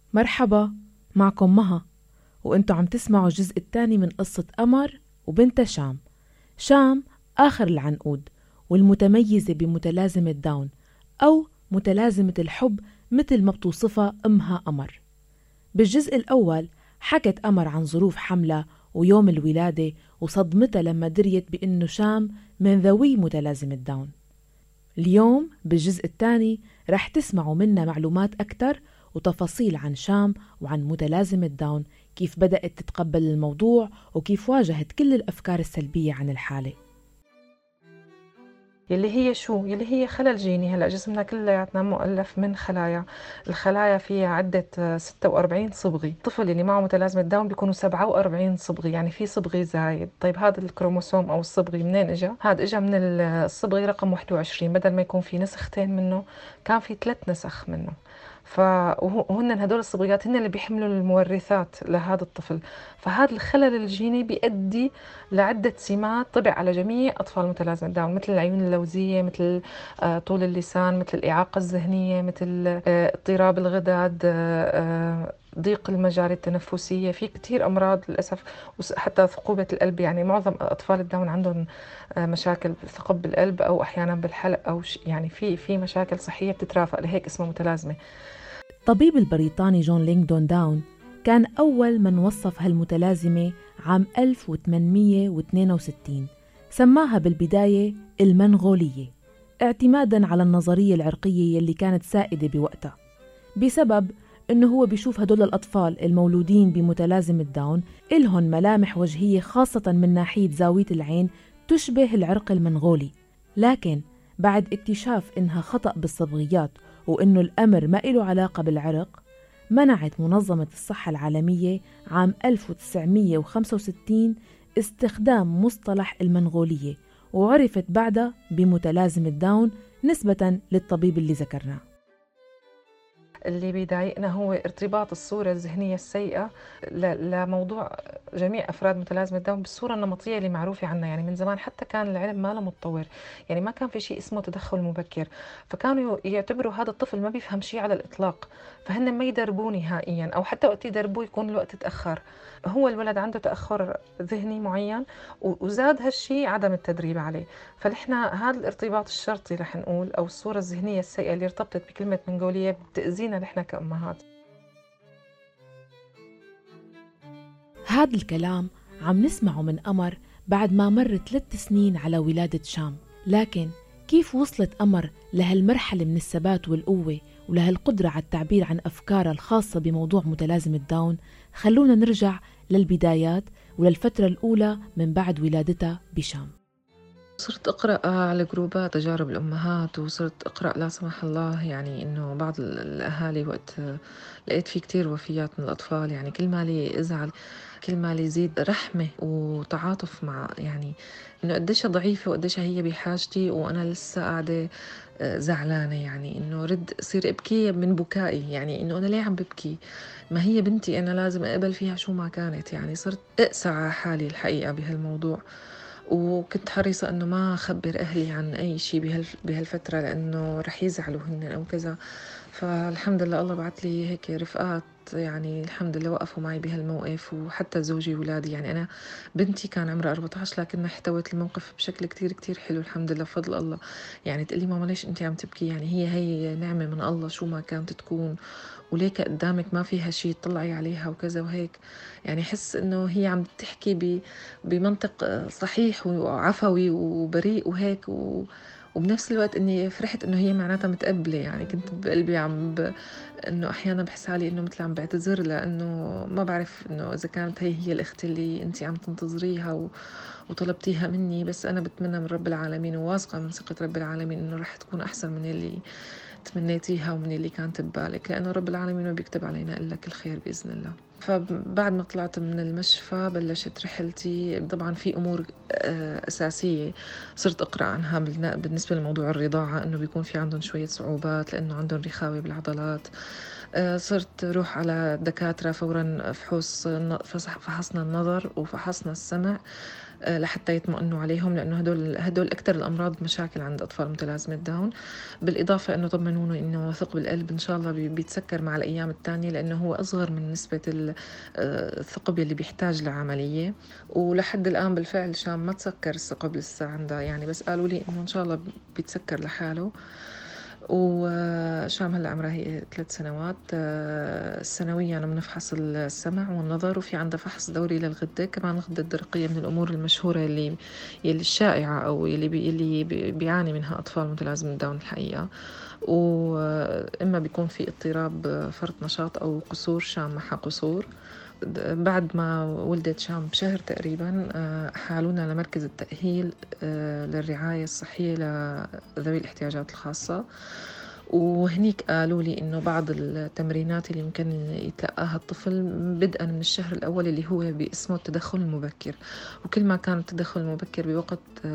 مرحبا، معكم مها، وانتو عم تسمعوا الجزء الثاني من قصة قمر وبنت شام. شام آخر العنقود، والمتميزة بمتلازمة داون أو متلازمة الحب مثل ما بتوصفها أمها قمر. بالجزء الأول حكت قمر عن ظروف حملة ويوم الولادة وصدمتها لما دريت بأنه شام من ذوي متلازمة داون. اليوم بالجزء الثاني رح تسمعوا منا معلومات أكثر وتفاصيل عن شام وعن متلازمة داون، كيف بدأت تتقبل الموضوع وكيف واجهت كل الأفكار السلبية عن الحالة. يلي هي خلل جيني. هلا جسمنا كلياتنا مؤلف من خلايا. الخلايا فيها عدة 46 صبغي. الطفل اللي معه متلازمة داون بيكونوا 47 صبغي، يعني في صبغي زايد. طيب هذا الكروموسوم أو الصبغي منين إجا؟ هذا إجا من الصبغي رقم 21، بدل ما يكون في نسختين منه كان في 3 نسخ منه. وهن هدول الصبغيات هن اللي بيحملوا المورثات لهذا الطفل. فهذا الخلل الجيني بيؤدي لعدة سمات طبع على جميع أطفال متلازمة داون، مثل العيون اللوزية، مثل طول اللسان، مثل الإعاقة الذهنية، مثل اضطراب الغدد، ضيق المجاري التنفسية. في كتير أمراض للأسف، وحتى ثقوبة القلب. يعني معظم أطفال الداون عندهم مشاكل ثقب بالقلب أو أحيانا بالحلق، أو يعني في مشاكل صحية بتترافق، لهيك اسمها متلازمة. الطبيب البريطاني جون لينغدون داون كان أول من وصف هالمتلازمة عام 1862. سماها بالبداية المنغولية، اعتمادا على النظرية العرقية يلي كانت سائدة بوقتها، بسبب إنه هو بيشوف هدول الأطفال المولودين بمتلازمة داون إلهن ملامح وجهية، خاصة من ناحية زاوية العين، تشبه العرق المنغولي. لكن بعد اكتشاف إنها خطأ بالصبغيات وإنه الأمر ما إله علاقة بالعرق، منعت منظمة الصحة العالمية عام 1965 استخدام مصطلح المنغولية، وعرفت بعدها بمتلازمة داون نسبة للطبيب اللي ذكرناه. اللي بيضايقنا هو ارتباط الصورة الذهنية السيئة لموضوع جميع أفراد متلازمة داون بالصورة النمطية اللي معروفة عنا. يعني من زمان حتى كان العلم ما له متطور، يعني ما كان في شيء اسمه تدخل مبكر، فكانوا يعتبروا هذا الطفل ما بيفهم شيء على الإطلاق، فهن ما يدربوه نهائيا، أو حتى وقت يدربوه يكون الوقت تأخر. هو الولد عنده تأخر ذهني معين، وزاد هالشيء عدم التدريب عليه. فنحن هذا الارتباط الشرطي رح نقول، أو الصورة الذهنية السيئة اللي ارتبطت بكلمة منغولية، بتأذينا نحن كأمهات. هذا الكلام عم نسمعه من قمر بعد ما مر 3 سنين على ولادة شام. لكن كيف وصلت قمر لهالمرحلة من الثبات والقوة ولهالقدرة على التعبير عن أفكارها الخاصة بموضوع متلازمة داون؟ خلونا نرجع للبدايات وللفترة الأولى من بعد ولادتها بشام. صرت أقرأ على جروبات تجارب الأمهات، وصرت أقرأ لا سمح الله يعني إنه بعض الأهالي وقت لقيت في كتير وفيات من الأطفال، يعني كل ما لي أزعل، كل ما لي يزيد رحمة وتعاطف مع يعني إنه قديش ضعيفة وقديش هي بحاجتي وأنا لسه قاعدة زعلانة. يعني إنه رد أصير أبكي من بكائي، يعني إنه أنا ليه عم ببكي؟ ما هي بنتي، أنا لازم أقبل فيها شو ما كانت. يعني صرت أقسى على حالي الحقيقة بهالموضوع، وكنت حريصة أنه ما أخبر أهلي عن أي شيء بهالفترة، لأنه رح يزعلوا هن أو كذا. فالحمد لله الله بعت لي هيك رفقات، يعني الحمد لله وقفوا معي بهالموقف، وحتى زوجي وولادي. يعني أنا بنتي كان عمرها 14 لكنها احتوت الموقف بشكل كتير كتير حلو، الحمد لله بفضل الله. يعني تقلي ماما ليش أنت عم تبكي؟ يعني هي نعمة من الله شو ما كانت تكون، وليك قدامك ما فيها شيء تطلعي عليها وكذا وهيك. يعني حس إنه هي عم تحكي بمنطق صحيح وعفوي وبريء وهيك، وبنفس الوقت اني فرحت انه هي معناتها متقبله. يعني كنت بقلبي انه احيانا بحس حالي انه مثل عم بعتذر، لانه ما بعرف انه اذا كانت هي الاخت اللي انت عم تنتظريها وطلبتيها مني، بس انا بتمنى من رب العالمين وواثقه من ثقه رب العالمين انه رح تكون احسن من اللي تمنيتيها ومن اللي كانت ببالك، لانه رب العالمين ما بيكتب علينا الا كل خير باذن الله. فبعد ما طلعت من المشفى بلشت رحلتي. طبعا في أمور أساسية صرت أقرأ عنها بالنسبة لموضوع الرضاعة، أنه بيكون في عندهم شوية صعوبات لأنه عندهم رخاوة بالعضلات. صرت روح على دكاترة فورا، فحصنا النظر وفحصنا السمع. لحتى يطمئنوا عليهم، لأنه هدول أكتر الأمراض مشاكل عند أطفال متلازمة داون. بالإضافة أنه طمنونه أنه ثقب القلب إن شاء الله بيتسكر مع الأيام التانية، لأنه هو أصغر من نسبة الثقب اللي بيحتاج لعملية. ولحد الآن بالفعل شام ما تسكر الثقب لسه عندها يعني، بس قالوا لي إنه إن شاء الله بيتسكر لحاله. وشام هلا عمرها هي 3 سنوات. سنويا بنفحص السمع والنظر، وفي عندها فحص دوري للغدة كمان. الغدة الدرقية من الأمور المشهورة يلي الشائعة أو يلي بيعاني منها أطفال متلازمة داون الحقيقة. وإما بيكون في اضطراب فرط نشاط أو قصور. شام معها قصور. بعد ما ولدت شام بشهر تقريبا حالونا لمركز التأهيل للرعاية الصحية لذوي الاحتياجات الخاصة. وهنيك قالوا لي إنه بعض التمرينات اللي ممكن يتلقاها الطفل بدءا من الشهر الأول اللي هو باسمه التدخل المبكر. وكل ما كان التدخل المبكر بوقت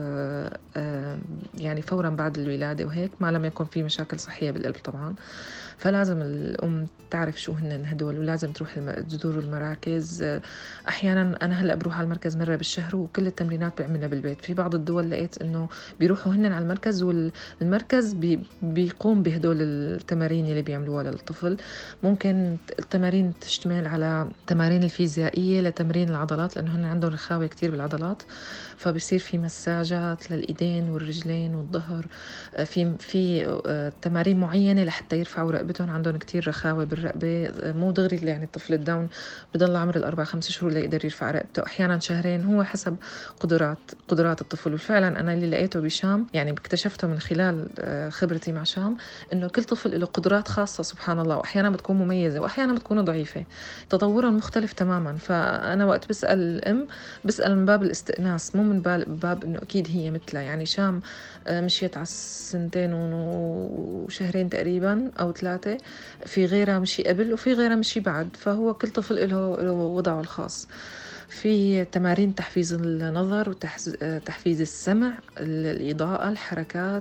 يعني فورا بعد الولادة وهيك، ما لم يكن في مشاكل صحية بالقلب طبعا، فلازم الأم تعرف شو هن هدول، ولازم تروح تزور المراكز. أحيانا أنا هلأ بروح على المركز مرة بالشهر، وكل التمرينات بعملها بالبيت. في بعض الدول لقيت إنه بيروحوا هن على المركز، والمركز بيقوم بهدول التمارين اللي بيعملوها للطفل. ممكن التمارين تشتمل على تمارين الفيزيائية لتمرين العضلات، لأنه هن عندهم رخاوة كتير بالعضلات، فبصير في مساجات للإيدين والرجلين والظهر. في تمارين معينة لحتى يرفعوا رقبتهم، عندهم كتير رخاوة بالرقبة. مو دغري يعني الطفل الداون بضل عمر 4-5 شهور ليقدر يرفع رقبته، أحيانا شهرين، هو حسب قدرات الطفل. وفعلا أنا اللي لقيته بشام يعني اكتشفته من خلال خبرتي مع شام، إنه كل طفل له قدرات خاصة سبحان الله، وأحيانا بتكون مميزة وأحيانا بتكون ضعيفة، تطورا مختلف تماما. فأنا وقت بسأل الأم بسأل من باب الاستئناس، مو من باب إنه أكيد هي مثلها. يعني شام مشيت على 2 وشهرين تقريبا أو 3، في غيرها مشي قبل وفي غيرها مشي بعد، فهو كل طفل له وضعه الخاص. في تمارين تحفيز النظر وتحفيز السمع، الإضاءة، الحركات،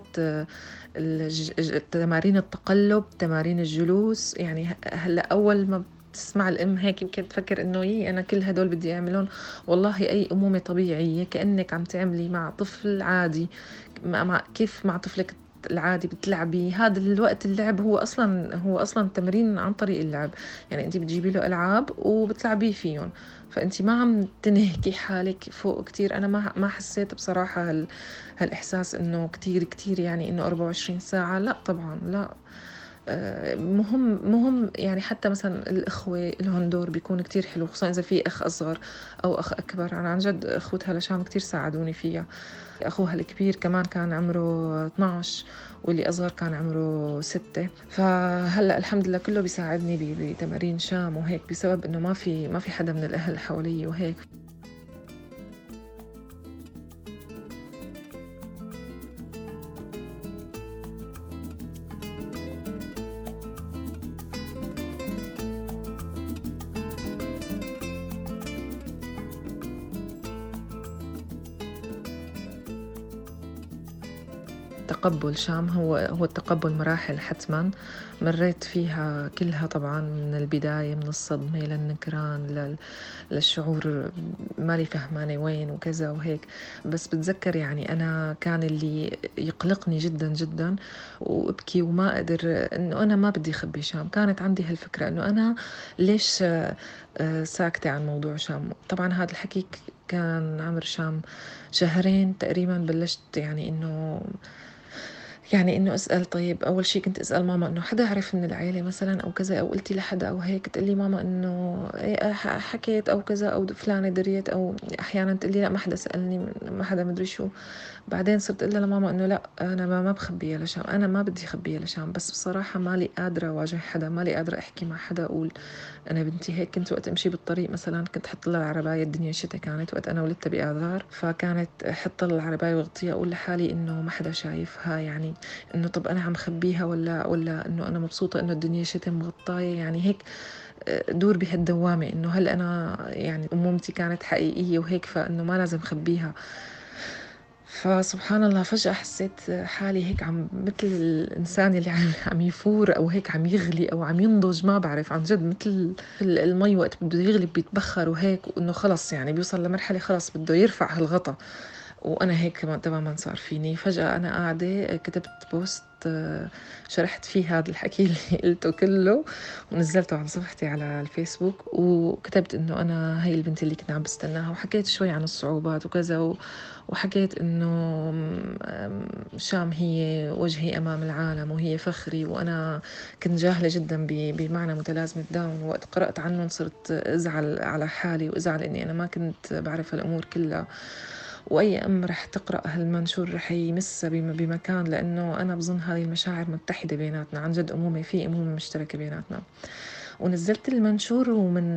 تمارين التقلب، تمارين الجلوس. يعني هلأ أول ما تسمع الأم هيك يمكن تفكر إنه أنا كل هدول بدي أعملهم. والله أي أمومة طبيعية كأنك عم تعملي مع طفل عادي، كيف مع طفلك العادي بتلعبي. هذا الوقت اللعب هو أصلا تمرين عن طريق اللعب. يعني أنت بتجيبي له ألعاب وبتلعبيه فيهم، فأنت ما عم تنهكي حالك فوق كتير. أنا ما حسيت بصراحة هالإحساس إنه كتير يعني إنه 24 ساعة، لا طبعا لا. مهم يعني حتى مثلا الإخوة لهم دور بيكون كتير حلو، خصوصا إذا في أخ أصغر أو أخ أكبر. أنا عن جد أخوتها لشام كتير ساعدوني فيها. أخوها الكبير كمان كان عمره 12، واللي أصغر كان عمره 6. فهلأ الحمد لله كله بيساعدني بتمارين شام وهيك، بسبب إنه ما في حدا من الأهل حوالي وهيك. تقبل شام هو التقبل مراحل حتما مريت فيها كلها طبعا، من البداية من الصدمة للنكران للشعور مالي فهمانة وين وكذا وهيك. بس بتذكر يعني أنا كان اللي يقلقني جدا جدا وأبكي وما أقدر إنه أنا ما بدي أخبي شام. كانت عندي هالفكرة إنه أنا ليش ساكتة عن موضوع شام. طبعا هذا الحكي كان عمر شام 2 شهر تقريبا. بلشت يعني إنه أسأل. طيب أول شي كنت أسأل ماما إنه حدا عرف من العيلة مثلا أو كذا، أو قلتي لحدا أو هيك. تقلي ماما إنه حكيت أو كذا، أو فلانة دريت، أو أحيانا تقلي لا ما حدا سألني، ما حدا مدري شو. بعدين صرت أقول لماما إنه لا أنا ما بخبيها لشام، أنا ما بدي أخبيها لشام، بس بصراحة مالي قادرة أواجه حدا، مالي قادرة أحكي مع حدا أقول أنا بنتي هيك. كنت وقت أمشي بالطريق مثلا كنت حط لها العرباية، الدنيا شتاء كانت وقت أنا ولدتها بآذار، فكانت حط لها العرباية وغطيها، أقول لحالي إنه ما حدا شايفها، يعني إنه طب أنا عم خبيها ولا إنه أنا مبسوطة إنه الدنيا شتاء مغطاية. يعني هيك دور بهالدوامة إنه هل أنا يعني أمومتي كانت حقيقية وهيك، فإنه ما لازم خبيها. فسبحان الله فجأة حسيت حالي هيك مثل الإنسان اللي عم يفور أو هيك عم يغلي أو عم ينضج، ما بعرف عن جد، مثل المي وقت بده يغلي بيتبخر وهيك، وإنه خلص يعني بيوصل لمرحلة خلص بده يرفع هالغطا. وأنا هيك تماما صار فيني. فجأة أنا قاعدة كتبت بوست، شرحت فيه هذا الحكي اللي قلته كله، ونزلته على صفحتي على الفيسبوك، وكتبت إنه أنا هي البنت اللي كنت عم بستناها، وحكيت شوي عن الصعوبات وكذا، وحكيت إنه شام هي وجهي أمام العالم وهي فخري، وأنا كنت جاهلة جدا بمعنى متلازمة داون، وقت قرأت عنهم صرت أزعل على حالي وأزعل إني أنا ما كنت بعرف هالأمور كلها. وأي أم رح تقرأ هالمنشور رح يمسها بمكان، لأنه أنا بظن هذه المشاعر متحدة بيناتنا، عن جد في أمومة مشتركة بيناتنا. ونزلت المنشور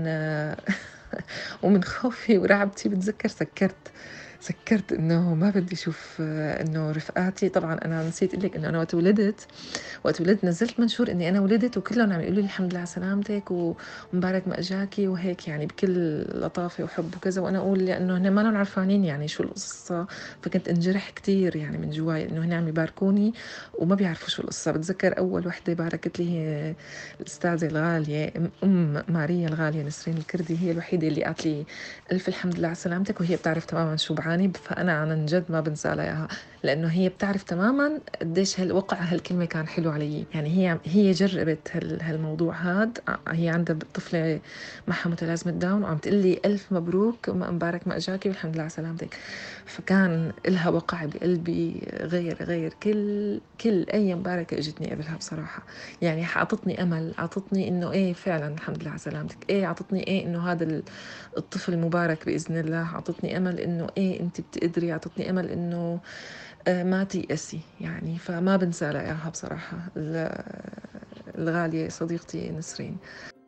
ومن خوفي ورعبتي بتذكر سكرت انه ما بدي اشوف انه رفقاتي. طبعا انا نسيت اقول لك انه انا وقت ولدت نزلت منشور اني انا ولدت، وكلهم عم يقولوا لي الحمد لله على سلامتك ومبارك ما اجاكي وهيك، يعني بكل لطافه وحب وكذا. وانا اقول لانه هن ما لهم عارفانين يعني شو القصه، فكنت انجرح كتير يعني من جواي انه هن عم يباركوني وما بيعرفوا شو القصه. بتذكر اول وحده باركت لي هي الاستاذه الغاليه ام ماريا الغاليه نسرين الكردي، هي الوحيده اللي قالت لي الف الحمد لله على سلامتك، وهي بتعرف تماما شو بعاني. فانا عن جد ما بنسى لها اياها، لانه هي بتعرف تماما قديش وقع هالكلمه كان حلو علي. يعني هي جربت هالموضوع هاد، هي عندها طفله معها متلازمه داون، وعم تقول لي الف مبروك مبارك ما اجاكي والحمد لله على سلامتك. فكان لها وقع بقلبي غير كل اي مباركه اجتني قبلها بصراحه. يعني اعطتني امل، اعطتني انه ايه فعلا الحمد لله على سلامتك، ايه اعطتني ايه انه هذا الطفل مبارك باذن الله، اعطتني امل انه ايه انت بتقدري، اعطتني امل انه ما تيأسي يعني. فما بنسى لها اياها بصراحه الغاليه صديقتي نسرين.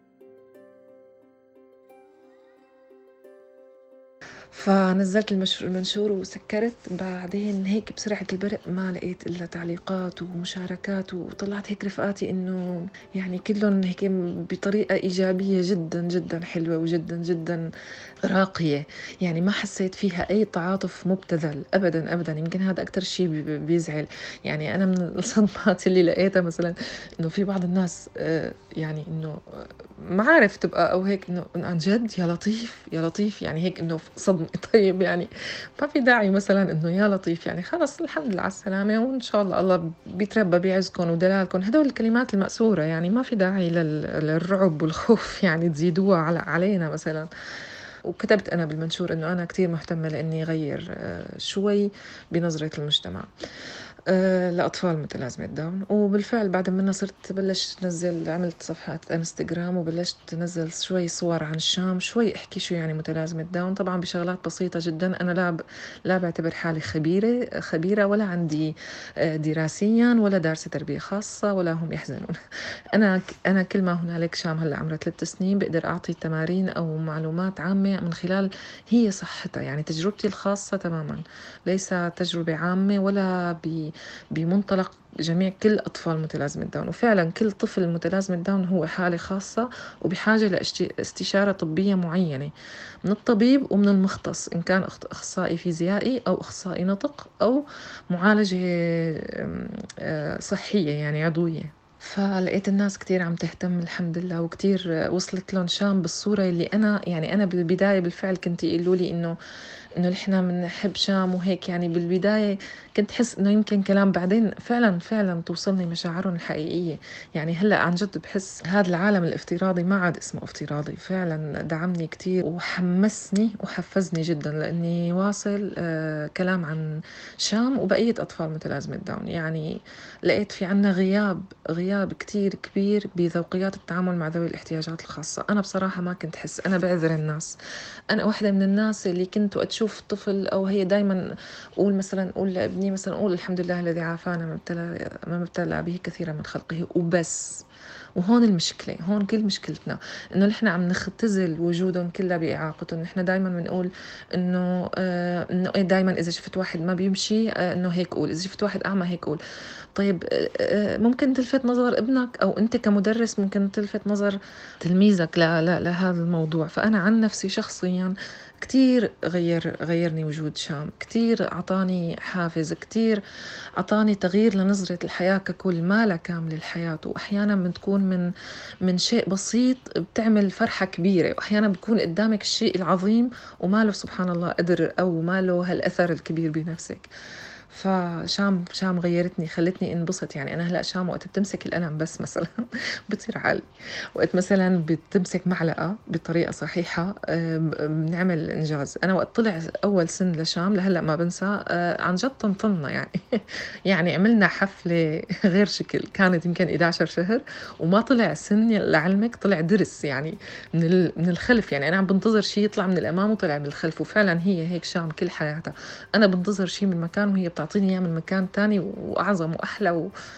فنزلت المنشور وسكرت. بعدين هيك بسرعة البرق ما لقيت إلا تعليقات ومشاركات، وطلعت هيك رفقاتي إنه يعني كلهم هيك بطريقة إيجابية جدا جدا حلوة وجدا جدا راقية. يعني ما حسيت فيها أي تعاطف مبتذل أبدا أبدا. يمكن هذا أكتر شيء بيزعل. يعني أنا من الصدمات اللي لقيتها مثلا إنه في بعض الناس يعني إنه ما عارف تبقى أو هيك إنه عن جد يا لطيف يا لطيف، يعني هيك إنه صدمة. طيب يعني ما في داعي مثلا إنه يا لطيف، يعني خلص الحمد لله على السلامة وإن شاء الله بيتربى بيعزكم ودلالكم، هدول الكلمات المأسورة. يعني ما في داعي للرعب والخوف يعني تزيدوها علينا مثلا. وكتبت أنا بالمنشور إنه أنا كتير مهتمة لإني أغير شوي بنظرة المجتمع لأطفال متلازمة داون. وبالفعل بعد منها صرت بلشت نزل، عملت صفحة انستغرام وبلشت نزل شوي صور عن الشام، شوي احكي شو يعني متلازمة داون، طبعا بشغلات بسيطة جدا. انا لا بعتبر حالي خبيرة ولا عندي دراسيا ولا دارسة تربية خاصة ولا هم يحزنون. انا كل ما هنالك شام هلا عمرها 3 سنين بقدر اعطي تمارين او معلومات عامة من خلال هي صحتها. يعني تجربتي الخاصة تماما ليس تجربة عامة ولا بمنطلق جميع كل أطفال متلازمة داون. وفعلا كل طفل متلازمة داون هو حالة خاصة وبحاجة لاستشارة طبية معينة من الطبيب ومن المختص، إن كان أخصائي فيزيائي أو أخصائي نطق أو معالجة صحية يعني عضوية. فلقيت الناس كتير عم تهتم الحمد لله، وكتير وصلت لهم شام بالصورة اللي أنا بالبداية بالفعل كنت يقولوا لي إنه نحن بنحب شام وهيك. يعني بالبداية كنت حس إنه يمكن كلام، بعدين فعلا توصلني مشاعرهم الحقيقية. يعني هلأ عن جد بحس هذا العالم الافتراضي ما عاد اسمه افتراضي، فعلا دعمني كتير وحمسني وحفزني جدا لأني واصل كلام عن شام وبقية أطفال متلازمة داون. يعني لقيت في عنا غياب كتير كبير بذوقيات التعامل مع ذوي الاحتياجات الخاصة. أنا بصراحة ما كنت حس، أنا بعذر الناس، أنا واحدة من الناس اللي كنت أشوف طفل أو هي دايما أقول لابني مثلا أقول الحمد لله الذي عافانا ما ابتلى به كثيرا من خلقه وبس. وهون المشكلة، هون كل مشكلتنا إنه نحن عم نختزل وجودهم كلها بإعاقتهم. نحن دايما بنقول إنه إيه، دايما إذا شفت واحد ما بيمشي إنه هيك قول، إذا شفت واحد أعمى هيك قول. طيب ممكن تلفت نظر ابنك أو أنت كمدرس ممكن تلفت نظر تلميذك لهذا الموضوع. فأنا عن نفسي شخصيا كتير غيرني وجود شام، كتير عطاني حافز، كتير عطاني تغيير لنظرة الحياة ككل، ما لها كامل الحياة. وأحيانا بتكون من شيء بسيط بتعمل فرحة كبيرة، وأحيانا بتكون قدامك الشيء العظيم وما له سبحان الله قدر أو ما له هالأثر الكبير بنفسك. فشام غيرتني، خلتني انبسط. يعني انا هلا شام وقت بتمسك القلم بس مثلا بتصير عالي، وقت مثلا بتمسك معلقه بطريقه صحيحه بنعمل انجاز. انا وقت طلع اول سن لشام لهلا ما بنسى، عن جد طنطنا يعني يعني عملنا حفله غير شكل، كانت يمكن 11 شهر وما طلع سن لعلمك، طلع درس يعني من الخلف. يعني انا عم بنتظر شيء يطلع من الامام وطلع من الخلف. وفعلا هي هيك شام كل حياتها، انا بنتظر شيء من مكان وهي بتعطيني اياه من مكان تاني واعظم واحلى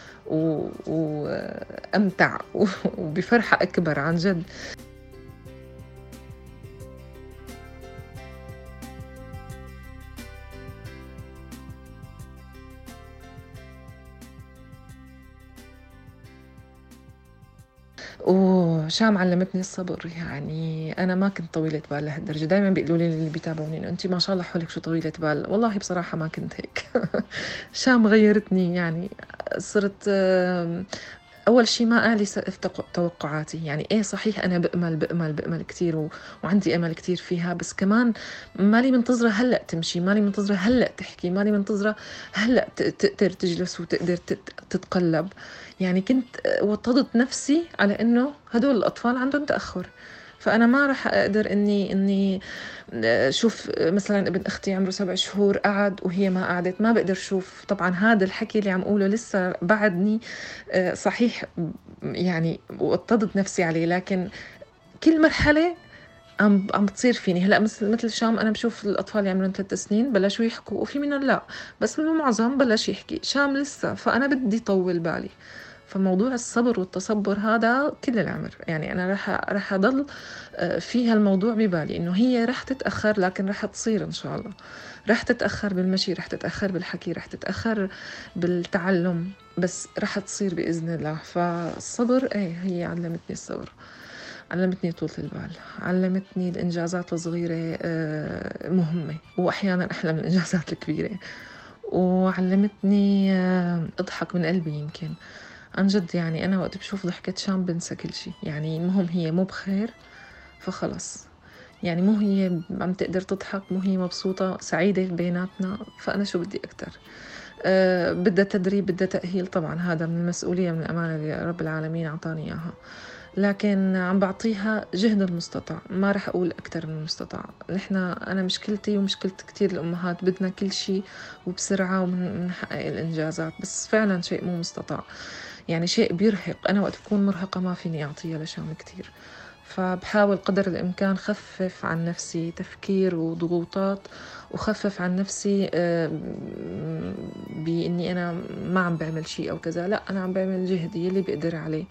وامتع وبفرحه اكبر عن جد. وشام علمتني الصبر. يعني أنا ما كنت طويلة بال لهالدرجة، دايما بيقولوا لي اللي بيتابعوني إنه أنت ما شاء الله حولك شو طويلة بال. والله بصراحة ما كنت هيك شام غيرتني. يعني صرت أول شيء ما أعلي سقف توقعاتي. يعني إيه صحيح أنا بأمل كتير وعندي أمل كتير فيها، بس كمان مالي منتظرة هلأ تمشي، مالي منتظرة هلأ تحكي، مالي منتظرة هلأ تقدر تجلس وتقدر تتقلب. يعني كنت وطدت نفسي على إنه هدول الأطفال عندهم تأخر، فأنا ما رح أقدر إني شوف مثلا ابن أختي عمره 7 شهور قعد وهي ما قعدت، ما بقدر شوف. طبعا هذا الحكي اللي عم أقوله لسه بعدني صحيح يعني وطدت نفسي عليه، لكن كل مرحلة عم بتصير فيني. هلا مثل شام انا بشوف الاطفال اللي عمرهم 3 سنين بلشوا يحكوا، وفي منهم لا، بس المعظم بلش يحكي. شام لسه، فانا بدي طول بالي. فموضوع الصبر والتصبر هذا كل العمر. يعني انا رح اضل في هالموضوع ببالي، انه هي رح تتاخر لكن رح تصير ان شاء الله. رح تتاخر بالمشي، رح تتاخر بالحكي، رح تتاخر بالتعلم، بس رح تصير باذن الله. فالصبر هي علمتني الصبر، علمتني طولة البال، علمتني الإنجازات الصغيرة مهمة وأحيانا أحلى من الإنجازات الكبيرة، وعلمتني أضحك من قلبي. يمكن عن جد يعني أنا وقت بشوف ضحكة شام بنسى كل شيء. يعني المهم هي مو بخير فخلص، يعني مو هي عم تقدر تضحك، مو هي مبسوطة سعيدة بيناتنا، فأنا شو بدي أكتر. بدها تدريب، بدها تأهيل، طبعا هذا من المسؤولية، من الأمانة اللي رب العالمين أعطاني إياها، لكن عم بعطيها جهد المستطاع، ما رح أقول أكتر من المستطاع. أنا مشكلتي ومشكلة كتير الأمهات بدنا كل شيء وبسرعة ومنحقق الإنجازات، بس فعلا شيء مو مستطاع، يعني شيء بيرهق. أنا وقت بكون مرهقة ما فيني أعطيها لشام كتير، فبحاول قدر الإمكان خفف عن نفسي تفكير وضغوطات، وخفف عن نفسي بإني أنا ما عم بعمل شيء أو كذا. لا، أنا عم بعمل جهدي اللي بقدر عليه.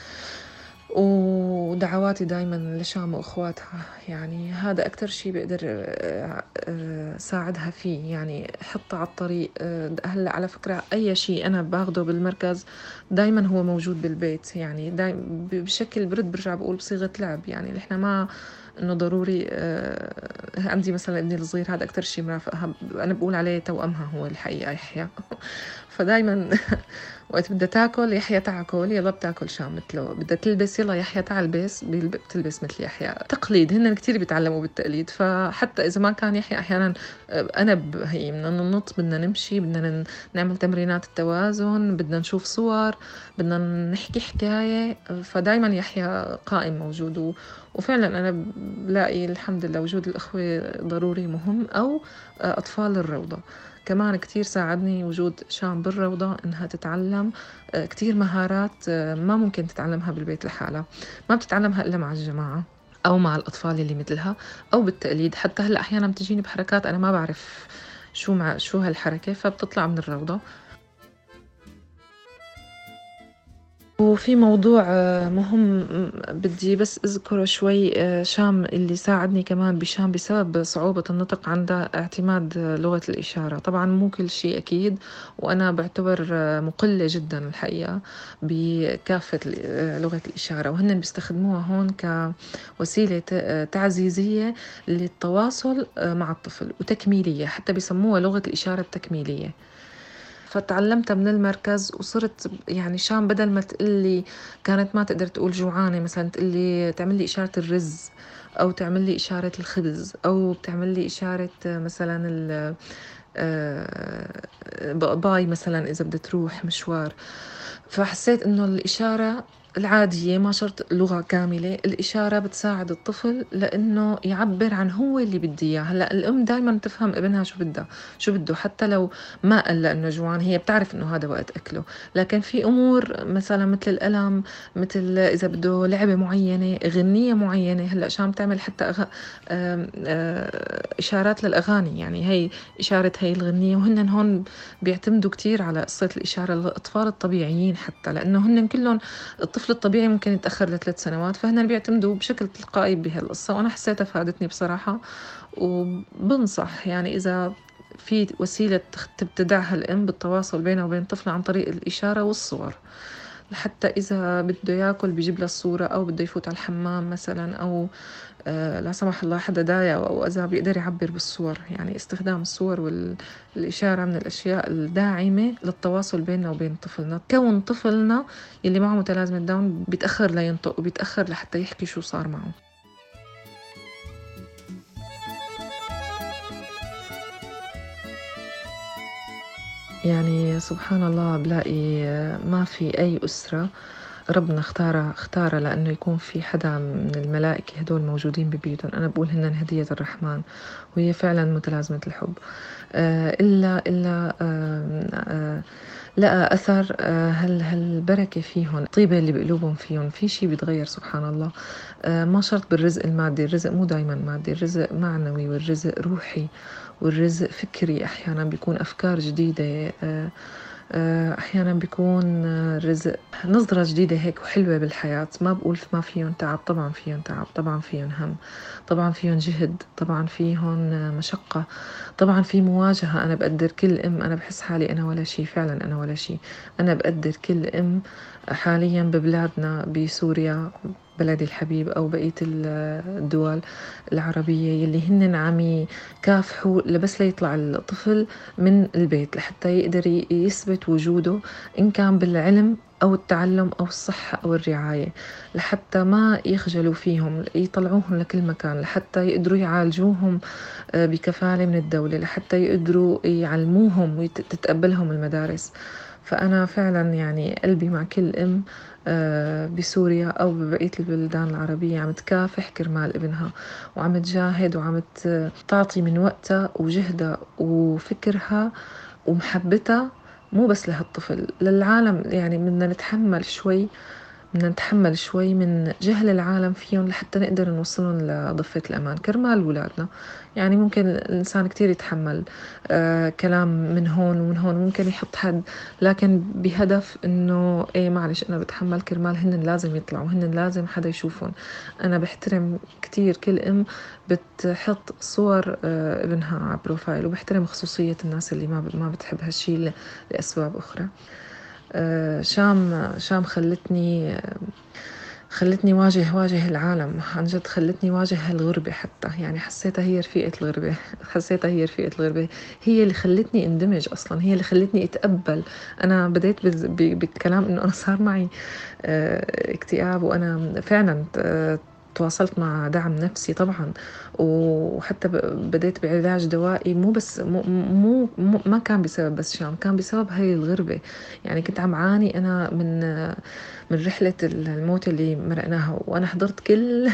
ودعواتي دايما لشام وأخواتها، يعني هذا أكتر شيء بقدر ساعدها فيه. يعني حطها على الطريق. هلأ على فكرة أي شيء أنا باخده بالمركز دايما هو موجود بالبيت، يعني بشكل برجع بقول بصيغة لعب. يعني نحن ما إنه ضروري. عندي مثلا ابني الصغير هذا أكتر شيء مرافقها، أنا بقول عليه توأمها هو الحقيقة، يحيى فدايما وقت بدها تاكل يحيى تاكل، يلا بتاكل شام مثله. بدها تلبس يلا يحيى تلبس، بتلبس مثل يحيى. تقليد، هن كتير بيتعلموا بالتقليد. فحتى إذا ما كان يحيى أحيانا أنا هي بدنا ننط، بدنا نمشي، بدنا نعمل تمرينات التوازن، بدنا نشوف صور، بدنا نحكي حكاية. فدايما يحيى قائم موجود. وفعلا أنا بلاقي الحمد لله وجود الأخوة ضروري مهم، أو أطفال الروضة كمان كتير ساعدني وجود شام بالروضة، إنها تتعلم كتير مهارات ما ممكن تتعلمها بالبيت لحالها، ما بتتعلمها إلا مع الجماعة أو مع الأطفال اللي مثلها أو بالتقليد. حتى هلأ أحيانا بتجيني بحركات أنا ما بعرف شو هالحركة، فبتطلع من الروضة. وفي موضوع مهم بدي بس أذكره شوي. شام اللي ساعدني كمان بشام بسبب صعوبة النطق عندها اعتماد لغة الإشارة. طبعا مو كل شيء أكيد، وأنا بعتبر مقلة جدا الحقيقة بكافة لغة الإشارة، وهن بيستخدموها هون كوسيلة تعزيزية للتواصل مع الطفل وتكميلية، حتى بيسموها لغة الإشارة التكميلية. فتعلمتها من المركز وصرت يعني شام بدل ما تقلي كانت ما تقدر تقول جوعانة مثلا تقلي تعمل لي إشارة الرز، أو تعمل لي إشارة الخبز، أو بتعمل لي إشارة مثلا باي مثلا إذا بدها تروح مشوار. فحسيت إنه الإشارة العادية ما شرط لغة كاملة، الإشارة بتساعد الطفل لأنه يعبر عن هو اللي بدي إياه. هلأ الأم دايما تفهم ابنها شو بدها شو بده، حتى لو ما قال لأنه جوعان هي بتعرف إنه هذا وقت أكله. لكن في أمور مثلا مثل الألم، مثل إذا بده لعبة معينة، غنية معينة. هلأ شام تعمل حتى إشارات للأغاني، يعني هي إشارة هي الغنية. وهن هون بيعتمدوا كتير على قصة الإشارة للأطفال الطبيعيين، حتى لأنه هن كلهم الطفل الطبيعي ممكن يتأخر ل3 سنوات، فهن بيعتمدوا بشكل تلقائي بهالقصة. وأنا حسيتها فادتني بصراحة. وبنصح يعني إذا في وسيلة تبتدعها الأم بالتواصل بينها وبين طفلها عن طريق الإشارة والصور، حتى إذا بده ياكل بيجيب له الصورة، أو بده يفوت على الحمام مثلا، أو لا سمح الله حدا ضايق أو أذى، بيقدر يعبر بالصور. يعني استخدام الصور والإشارة من الأشياء الداعمة للتواصل بيننا وبين طفلنا. كون طفلنا اللي معه متلازمة داون بيتأخر لينطق وبيتأخر لحتى يحكي شو صار معه. يعني سبحان الله بلاقي ما في أي أسرة ربنا اختار لأنه يكون في حدا من الملائكة هدول موجودين ببيوتهم. أنا بقول هن هدية الرحمن، وهي فعلا متلازمة الحب. إلا لقى أثر هالبركة فيهم، الطيبة اللي بقلوبهم فيهم. في شي بيتغير سبحان الله. ما شرط بالرزق المادي، الرزق مو دايما مادي، الرزق معنوي، والرزق روحي، والرزق فكري. أحيانا بيكون أفكار جديدة، أحيانا بيكون رزق نظرة جديدة هيك وحلوة بالحياة. ما بقول ما فيهم تعب، طبعا فيهم تعب، طبعا فيهم هم، طبعا فيهم جهد، طبعا فيهم مشقة، طبعا في مواجهة. أنا بقدر كل أم، أنا بحس حالي أنا ولا شي، فعلا أنا ولا شي. أنا بقدر كل أم حاليا ببلادنا، بسوريا بلدي الحبيب، أو بقية الدول العربية يلي هن عم يكافحوا لبس ليطلع الطفل من البيت لحتى يقدر يثبت وجوده، إن كان بالعلم أو التعلم أو الصحة أو الرعاية، لحتى ما يخجلوا فيهم، يطلعوهم لكل مكان، لحتى يقدروا يعالجوهم بكفالة من الدولة، لحتى يقدروا يعلموهم وتتقبلهم المدارس. فأنا فعلا يعني قلبي مع كل أم بسوريا أو ببقية البلدان العربية عم تكافح كرمال ابنها، وعم تجاهد، وعم تعطي من وقتها وجهدها وفكرها ومحبتها، مو بس لهالطفل، للعالم. يعني بدنا نتحمل شوي من جهل العالم فيهم لحتى نقدر نوصلهم لضفة الأمان كرمال أولادنا. يعني ممكن الإنسان كتير يتحمل كلام من هون ومن هون، ممكن يحط حد، لكن بهدف إنه إيه معلش أنا بتحمل كرمال هن لازم يطلعوا، هن لازم حدا يشوفهم. أنا بحترم كتير كل أم بتحط صور ابنها على بروفايل، وبحترم خصوصية الناس اللي ما بتحب هالشي لأسباب أخرى. شام خلتني واجه العالم عن جد، خلتني واجه الغربة حتى. يعني حسيتها هي رفيقة الغربة حسيتها هي رفيقة الغربة، هي اللي خلتني اندمج أصلا، هي اللي خلتني اتقبل. أنا بديت بالكلام إنه أنا صار معي اكتئاب، وأنا فعلا تواصلت مع دعم نفسي طبعا، وحتى بديت بعلاج دوائي. مو بس ما كان بسبب بس شام، كان بسبب هاي الغربة. يعني كنت عم عاني أنا من رحلة الموت اللي مرقناها، وأنا حضرت كل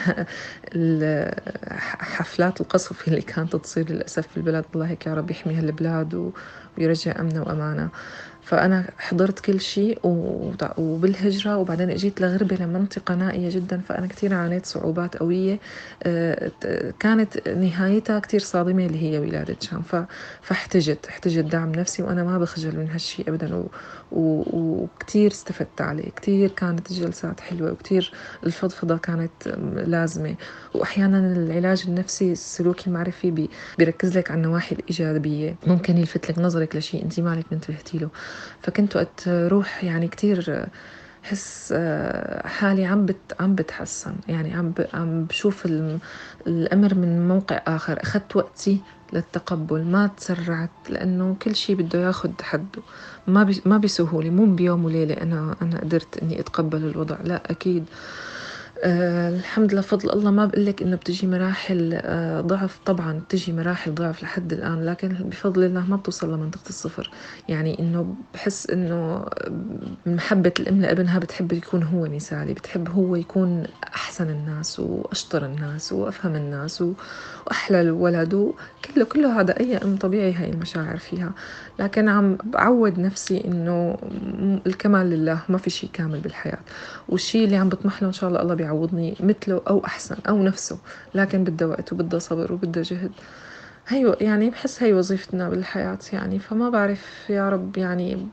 حفلات القصف اللي كانت تصير للأسف في البلاد. الله هيك يا رب يحمي هالبلاد ويرجع أمنها وأمانة. فأنا حضرت كل شيء وبالهجرة، وبعدين اجيت لغربة لمنطقة نائية جدا، فأنا كتير عانيت صعوبات قوية كانت نهايتها كتير صادمة، اللي هي ولادة شام. فاحتجت دعم نفسي، وأنا ما بخجل من هالشي أبدا، وكتير استفدت عليه، كتير كانت الجلسات حلوة، وكتير الفضفضة كانت لازمة. وأحيانا العلاج النفسي السلوكي المعرفي بيركز لك على النواحي الإيجابية، ممكن يلفت لك نظرك لشيء أنت مالك انتبهتي له. فكنت وقت روح يعني كتير حس حالي عم بتحسن، يعني عم بشوف الأمر من موقع آخر. أخذت وقتي للتقبل، ما تسرعت، لأنه كل شيء بده ياخد حده، ما بسهولة، مو بيوم وليلة أنا قدرت إني أتقبل الوضع، لا أكيد. الحمد لله فضل الله. ما بقولك إنه بتجي مراحل ضعف، طبعا بتجي مراحل ضعف لحد الآن، لكن بفضل الله ما بتوصل لمنطقة الصفر. يعني إنه بحس إنه من محبة الأم لابنها بتحب يكون هو مثالي، بتحب هو يكون أحسن الناس وأشطر الناس وأفهم الناس وأحلى الولد، كله هذا أي أم طبيعي هاي المشاعر فيها. لكن عم بعود نفسي إنه الكمال لله، ما في شيء كامل بالحياة، والشيء اللي عم بطمح له إن شاء الله الله بيعوضني مثله أو أحسن أو نفسه، لكن بدها وقت وبدها صبر وبدها جهد. هي يعني بحس هي وظيفتنا بالحياة يعني، فما بعرف يا رب يعني.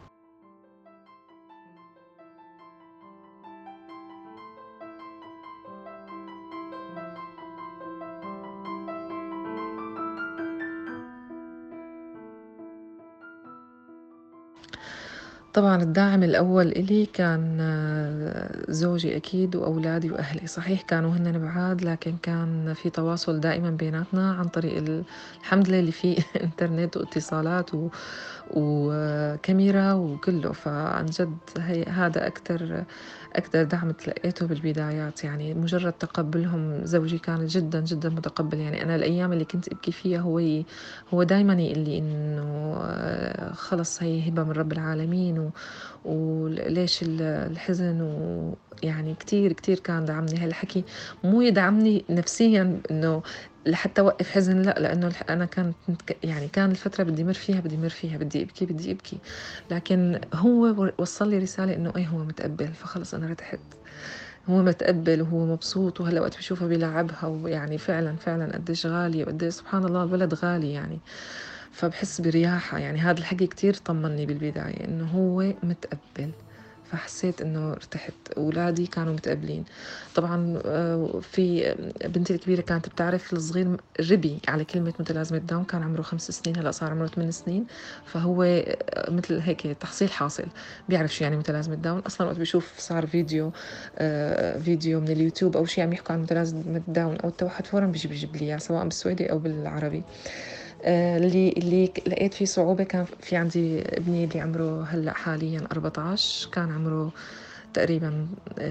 طبعا الداعم الأول إلي كان زوجي أكيد، وأولادي وأهلي. صحيح كانوا هن بعاد، لكن كان في تواصل دائما بيناتنا عن طريق الحمد لله اللي فيه إنترنت واتصالات وكاميرا وكله. فعن جد هذا أكثر دعم تلقيته بالبدايات. يعني مجرد تقبلهم، زوجي كان جدا جدا متقبل. يعني أنا الأيام اللي كنت أبكي فيها هو دايما يقول لي إنه خلص هي هبة من رب العالمين، وليش الحزن. ويعني كتير كتير كان دعمني. هالحكي مو يدعمني نفسيا إنه لحتى أوقف حزن، لا، لأنه أنا يعني كان الفترة بدي مر فيها بدي أبكي، لكن هو وصل لي رسالة إنه أي هو متقبل. فخلص أنا ارتحت، هو متقبل وهو مبسوط. وهلا وقت بشوفه بيلعبها، ويعني فعلا فعلا قديش غالي، وقديش سبحان الله الولد غالي يعني. فبحس برياحة. يعني هذا الحكي كتير طمني بالبداية إنه هو متقبل. فحسيت إنه ارتحت. أولادي كانوا متقبلين. طبعا في بنتي الكبيرة كانت بتعرف، الصغير ربي على كلمة متلازمة داون، كان عمره 5 سنين، هلأ صار عمره 8 سنين. فهو مثل هيك تحصيل حاصل، بيعرف شو يعني متلازمة داون. أصلا وقت بيشوف صار فيديو من اليوتيوب أو شيء عم يحكوا عن متلازمة داون أو التوحد، فورا بيجيب لي إياه، سواء بالسويدي أو بالعربي. اللي لقيت فيه صعوبة كان في عندي ابني اللي عمره هلأ حاليا 14، كان عمره تقريبا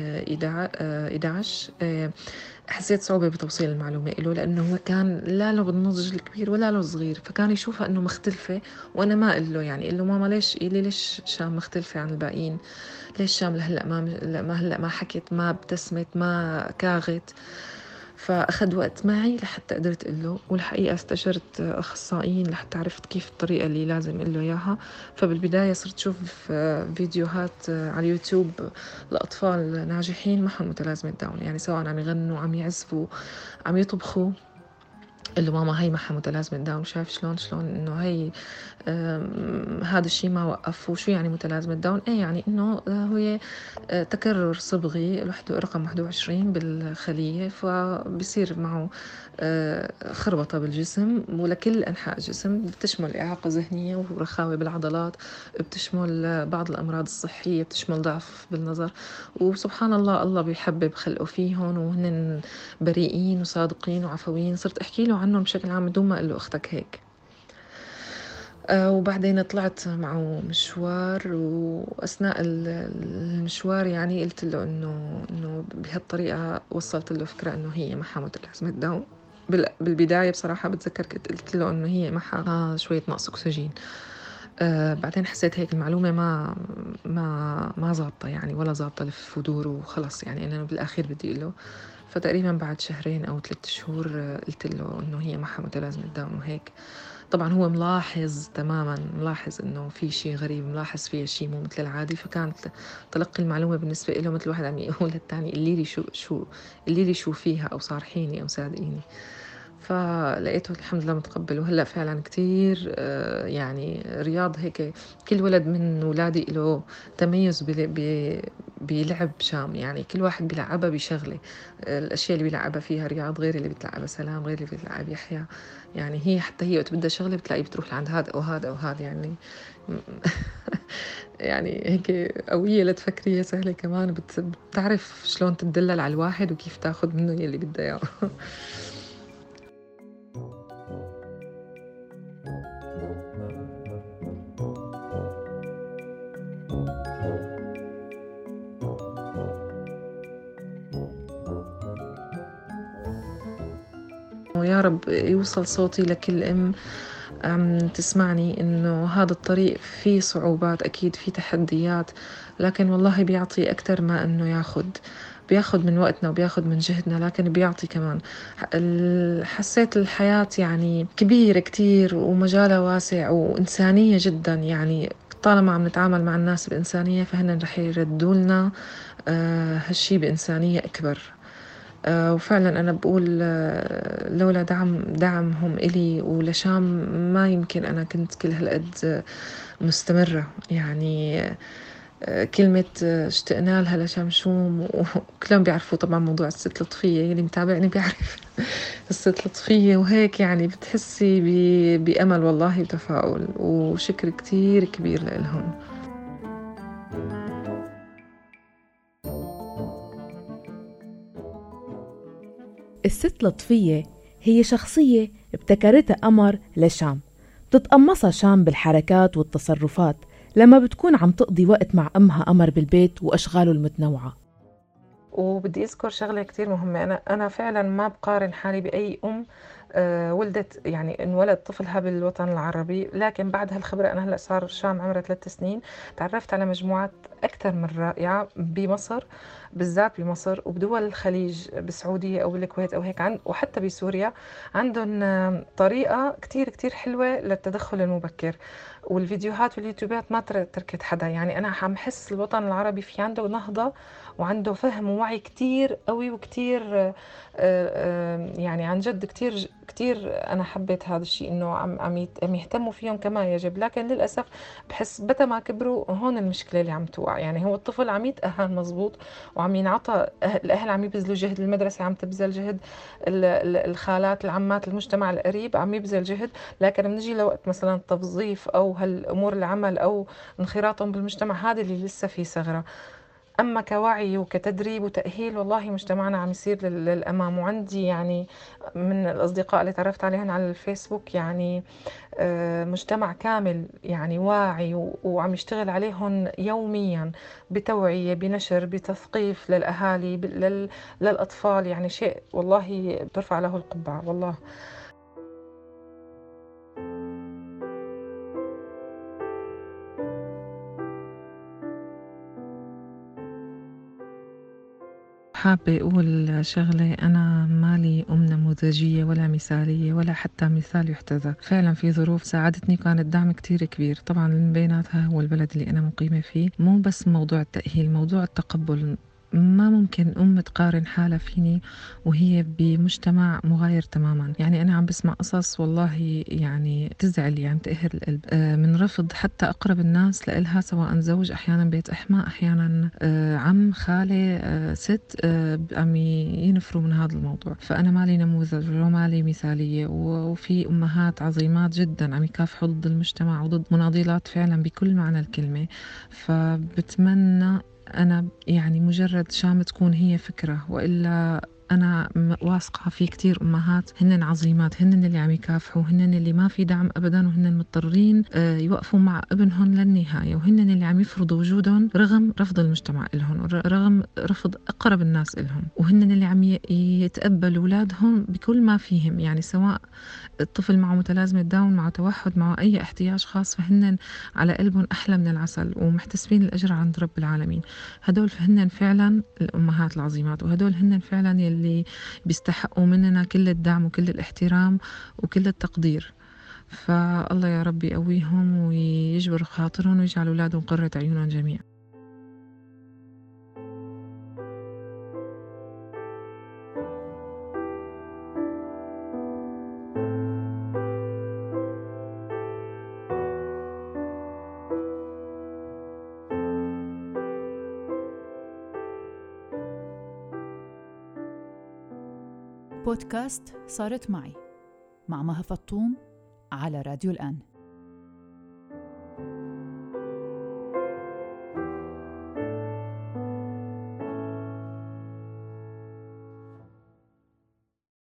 11. حسيت صعوبة بتوصيل المعلومة له، لأنه هو كان لا له بالنضج الكبير ولا له صغير، فكان يشوفها أنه مختلفة. وأنا ما قل له، يعني قل له ماما ليش شام مختلفة عن الباقيين؟ ليش شام هلأ ما حكت، ما ابتسمت، ما كاغت؟ فأخذ وقت معي لحتى قدرت أقول له. والحقيقة استشرت أخصائيين لحتى عرفت كيف الطريقة اللي لازم أقول له إياها. فبالبداية صرت أشوف فيديوهات على اليوتيوب لأطفال ناجحين معهم متلازمة داون، يعني سواء عم يغنوا، عم يعزفوا، عم يطبخوا، قال له ماما هي معها متلازمة داون. شايف شلون إنه هي هذا الشيء ما وقف. وشو يعني متلازمة داون؟ إيه يعني إنه هو تكرر صبغي رقم 21 بالخلية، فبصير معه خربطة بالجسم ولكل أنحاء الجسم، بتشمل إعاقة ذهنية ورخاوة بالعضلات، بتشمل بعض الأمراض الصحية، بتشمل ضعف بالنظر. وسبحان الله الله بيحبب خلقه فيهم، وهن بريئين وصادقين وعفويين. صرت أحكي له عنهم بشكل عام بدون ما أقول له أختك هيك. وبعدين طلعت معه مشوار، وأثناء المشوار يعني قلت له إنه بهالطريقة وصلت له فكرة إنه هي معها متلازمة داون. بالبداية بصراحة بتذكر كنت قلت له إنه هي معها شوية نقص أكسجين. بعدين حسيت هيك المعلومة ما ظابطة يعني، ولا ظابطة لف ودور وخلص. يعني أنا بالأخير بدي أقول له. فتقريبا بعد 2 أو 3 شهور قلت له إنه هي معها متلازمة داون وهيك. طبعا هو ملاحظ تماما، ملاحظ إنه في شيء غريب، ملاحظ فيها شيء مو مثل العادي. فكانت تلقي المعلومة بالنسبة له مثل واحد عم يقول للتاني قولي لي شو فيها، أو صارحيني أو صادقيني. فلقيته الحمد لله متقبل. وهلأ فعلا كتير يعني رياض هيك كل ولد من ولادي له تميز بلعب شام، يعني كل واحد بيلعبها بشغلة. الأشياء اللي بيلعبها فيها رياض غير اللي بتلعبها سلام، غير اللي بتلعب يحيى. يعني هي حتى هي وقت بدها شغلة بتلاقي بتروح لعند هذا أو هذا أو هذا يعني. يعني هيك قوية، لا تفكريها سهلة كمان، بتعرف شلون تدلل على الواحد وكيف تاخد منه يلي بدها اياه. ويا رب يوصل صوتي لكل أم عم تسمعني، إنه هذا الطريق فيه صعوبات أكيد، فيه تحديات، لكن والله بيعطي أكتر ما إنه بياخد من وقتنا وبياخد من جهدنا، لكن بيعطي كمان. حسيت الحياة يعني كبيرة كتير ومجالها واسع وإنسانية جدا، يعني طالما عم نتعامل مع الناس بإنسانية فهن رح يردوا لنا هالشي بإنسانية أكبر. وفعلا أنا بقول لولا دعمهم إلي ولشام ما يمكن أنا كنت كل هالقد مستمرة يعني. كلمة اشتقنا لها لشمشوم وكلهم بيعرفوا طبعا موضوع الست لطفية، اللي متابعني بيعرف الست لطفية وهيك، يعني بتحسي بأمل والله وتفاؤل، وشكر كتير كبير لإلهم. الست لطفية هي شخصية ابتكرتها قمر لشام، بتتقمصها شام بالحركات والتصرفات لما بتكون عم تقضي وقت مع أمها قمر بالبيت وأشغاله المتنوعة. وبدي أذكر شغلة كتير مهمة، أنا فعلا ما بقارن حالي بأي أم ولدت يعني انولد طفلها بالوطن العربي، لكن بعد هالخبرة أنا هلأ صار شام عمرها 3 سنين، تعرفت على مجموعات أكثر من رائعة بمصر، بالذات بمصر وبدول الخليج، بالسعودية أو بالكويت أو هيك، وحتى بسوريا عندهم طريقة كتير كتير حلوة للتدخل المبكر. والفيديوهات واليوتيوبات ما تركت حدا، يعني أنا عم حس الوطن العربي في عنده نهضة وعنده فهم ووعي كتير قوي وكتير يعني عن جد كتير كتير أنا حبيت هذا الشيء، إنه عم يهتموا فيهم كما يجب. لكن للأسف بحس بتا ما كبروا هون المشكلة اللي عم توقع، يعني هو الطفل عم يتأهل مزبوط وعم ينعطى، الأهل عم يبذلوا جهد، المدرسة عم تبذل جهد، الخالات العمات المجتمع القريب عم يبذل جهد، لكن بنجي لوقت مثلا التوظيف أو هالأمور العمل أو انخراطهم بالمجتمع، هذا اللي لسه في ثغرة. أما كوعي وكتدريب وتأهيل والله مجتمعنا عم يصير للأمام. وعندي يعني من الأصدقاء اللي تعرفت عليهم على الفيسبوك يعني مجتمع كامل يعني واعي وعم يشتغل عليهم يوميا بتوعية، بنشر، بتثقيف للأهالي، للأطفال، يعني شيء والله برفع له القبعة والله. حابة أقول شغلة، أنا مالي أم نموذجية ولا مثالية ولا حتى مثال يحتذى. فعلا في ظروف ساعدتني كان الدعم كتير كبير، طبعا من بيناتها هو البلد اللي أنا مقيمة فيه. مو بس موضوع التأهيل، موضوع التقبل. ما ممكن أم تقارن حالها فيني وهي بمجتمع مغاير تماما. يعني أنا عم بسمع قصص والله يعني تزعل، يعني تقهر القلب، من رفض حتى أقرب الناس لإلها، سواء زوج، أحيانا بيت أحمى، أحيانا عم، خالة، ست، عم ينفروا من هذا الموضوع. فأنا مالي نموذج ومالي مثالية، وفي أمهات عظيمات جدا عم يكافحوا ضد المجتمع وضد مناضلات فعلا بكل معنى الكلمة. فبتمنى أنا يعني مجرد شام تكون هي فكرة، وإلا أنا واثقة في كتير أمهات هن عظيمات، هن اللي عم يكافحوا، هن اللي ما في دعم أبدا، وهن مضطرين يوقفوا مع ابنهم للنهاية، وهن اللي عم يفرضوا وجودهم رغم رفض المجتمع إلهم، رغم رفض أقرب الناس إلهم، وهن اللي عم يتقبلوا أولادهم بكل ما فيهم، يعني سواء الطفل معه متلازمة داون، معه توحد، معه أي احتياج خاص، فهن على قلبهم أحلى من العسل ومحتسبين الأجر عند رب العالمين. هدول فهن فعلا الأمهات العظيمات، وهدول هن فعلا يلي بيستحقوا مننا كل الدعم وكل الاحترام وكل التقدير. فالله يا رب يقويهم ويجبر خاطرهم ويجعل أولادهم قرة عيونهم جميعا. بودكاست صارت معي مع مها فطوم على راديو الآن.